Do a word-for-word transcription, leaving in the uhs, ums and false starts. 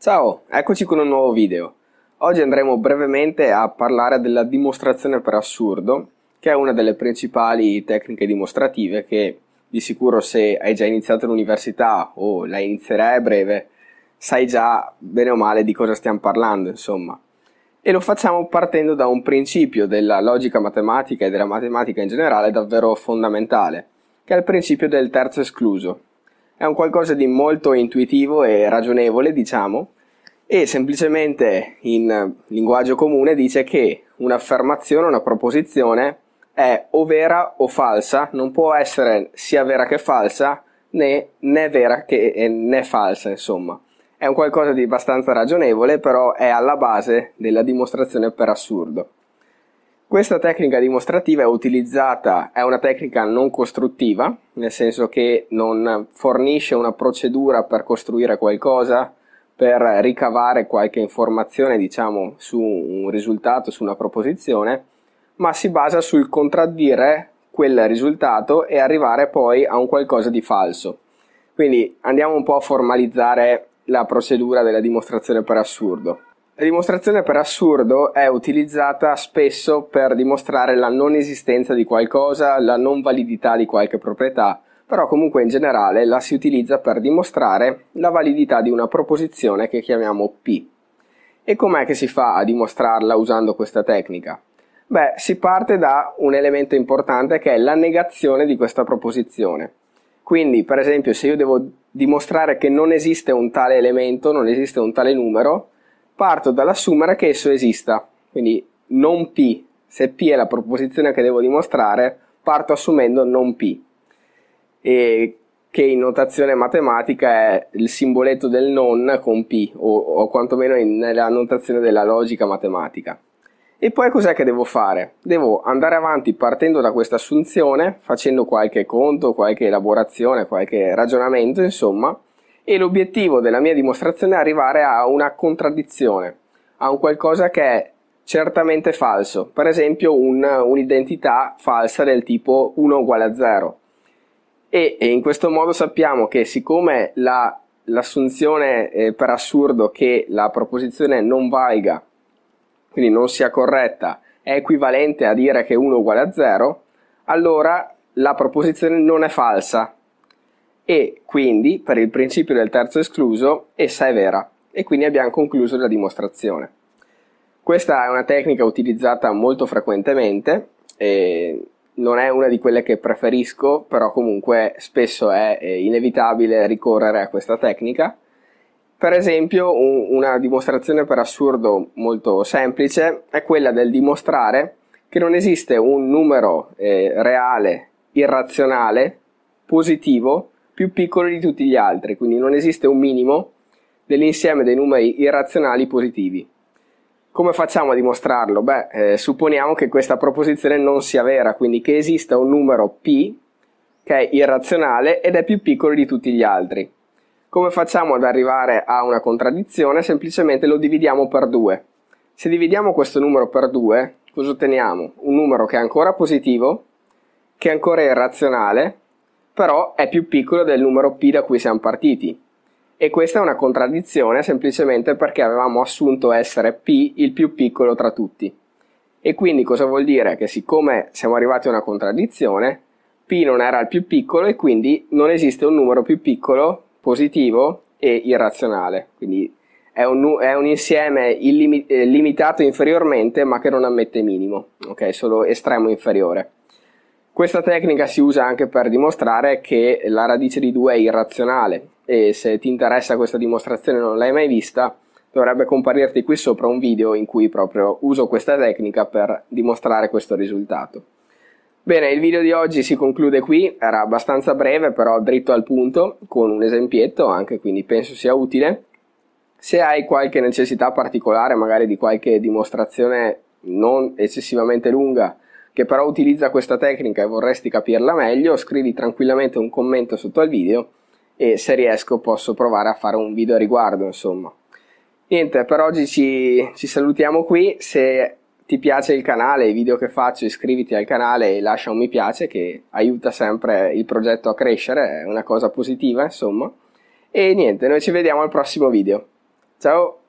Ciao, eccoci con un nuovo video. Oggi andremo brevemente a parlare della dimostrazione per assurdo, che è una delle principali tecniche dimostrative che di sicuro se hai già iniziato l'università o la inizierai a breve, sai già bene o male di cosa stiamo parlando, insomma. E lo facciamo partendo da un principio della logica matematica e della matematica in generale davvero fondamentale, che è il principio del terzo escluso. È un qualcosa di molto intuitivo e ragionevole, diciamo, e semplicemente in linguaggio comune dice che un'affermazione, una proposizione è o vera o falsa, non può essere sia vera che falsa, né, né vera che né falsa, insomma. È un qualcosa di abbastanza ragionevole, però è alla base della dimostrazione per assurdo. Questa tecnica dimostrativa è utilizzata, è una tecnica non costruttiva, nel senso che non fornisce una procedura per costruire qualcosa, per ricavare qualche informazione, diciamo, su un risultato, su una proposizione, ma si basa sul contraddire quel risultato e arrivare poi a un qualcosa di falso. Quindi andiamo un po' a formalizzare la procedura della dimostrazione per assurdo. La dimostrazione per assurdo è utilizzata spesso per dimostrare la non esistenza di qualcosa, la non validità di qualche proprietà, però comunque in generale la si utilizza per dimostrare la validità di una proposizione che chiamiamo P. E com'è che si fa a dimostrarla usando questa tecnica? Beh, si parte da un elemento importante che è la negazione di questa proposizione. Quindi, per esempio, se io devo dimostrare che non esiste un tale elemento, non esiste un tale numero, parto dall'assumere che esso esista. Quindi non P. Se P è la proposizione che devo dimostrare, parto assumendo non P. E che in notazione matematica è il simboletto del non con P, o, o quantomeno in, nella notazione della logica matematica. E poi cos'è che devo fare? Devo andare avanti partendo da questa assunzione, facendo qualche conto, qualche elaborazione, qualche ragionamento, insomma, e l'obiettivo della mia dimostrazione è arrivare a una contraddizione, a un qualcosa che è certamente falso, per esempio un, un'identità falsa del tipo uno uguale a zero. E, e in questo modo sappiamo che siccome la, l'assunzione eh, per assurdo che la proposizione non valga, quindi non sia corretta, è equivalente a dire che uno è uguale a zero, allora la proposizione non è falsa e quindi per il principio del terzo escluso essa è vera e quindi abbiamo concluso la dimostrazione. Questa è una tecnica utilizzata molto frequentemente e non è una di quelle che preferisco, però comunque spesso è inevitabile ricorrere a questa tecnica. Per esempio, un, una dimostrazione per assurdo molto semplice è quella del dimostrare che non esiste un numero eh, reale, irrazionale, positivo, più piccolo di tutti gli altri, quindi non esiste un minimo dell'insieme dei numeri irrazionali positivi. Come facciamo a dimostrarlo? Beh, eh, supponiamo che questa proposizione non sia vera, quindi che esista un numero P che è irrazionale ed è più piccolo di tutti gli altri. Come facciamo ad arrivare a una contraddizione? Semplicemente lo dividiamo per due. Se dividiamo questo numero per due, cosa otteniamo? Un numero che è ancora positivo, che è ancora irrazionale, però è più piccolo del numero P da cui siamo partiti. E questa è una contraddizione semplicemente perché avevamo assunto essere P il più piccolo tra tutti. E quindi cosa vuol dire? Che siccome siamo arrivati a una contraddizione, P non era il più piccolo e quindi non esiste un numero più piccolo, positivo e irrazionale. Quindi è un, è un insieme illimi, eh, limitato inferiormente ma che non ammette minimo, ok? Solo estremo inferiore. Questa tecnica si usa anche per dimostrare che la radice di due è irrazionale e se ti interessa questa dimostrazione e non l'hai mai vista dovrebbe comparirti qui sopra un video in cui proprio uso questa tecnica per dimostrare questo risultato. Bene, il video di oggi si conclude qui, era abbastanza breve però dritto al punto con un esempietto anche, quindi penso sia utile. Se hai qualche necessità particolare magari di qualche dimostrazione non eccessivamente lunga che però utilizza questa tecnica e vorresti capirla meglio, scrivi tranquillamente un commento sotto al video e se riesco posso provare a fare un video a riguardo, insomma. Niente, per oggi ci, ci salutiamo qui. Se ti piace il canale, i video che faccio, iscriviti al canale e lascia un mi piace che aiuta sempre il progetto a crescere, è una cosa positiva, insomma. E niente, noi ci vediamo al prossimo video. Ciao!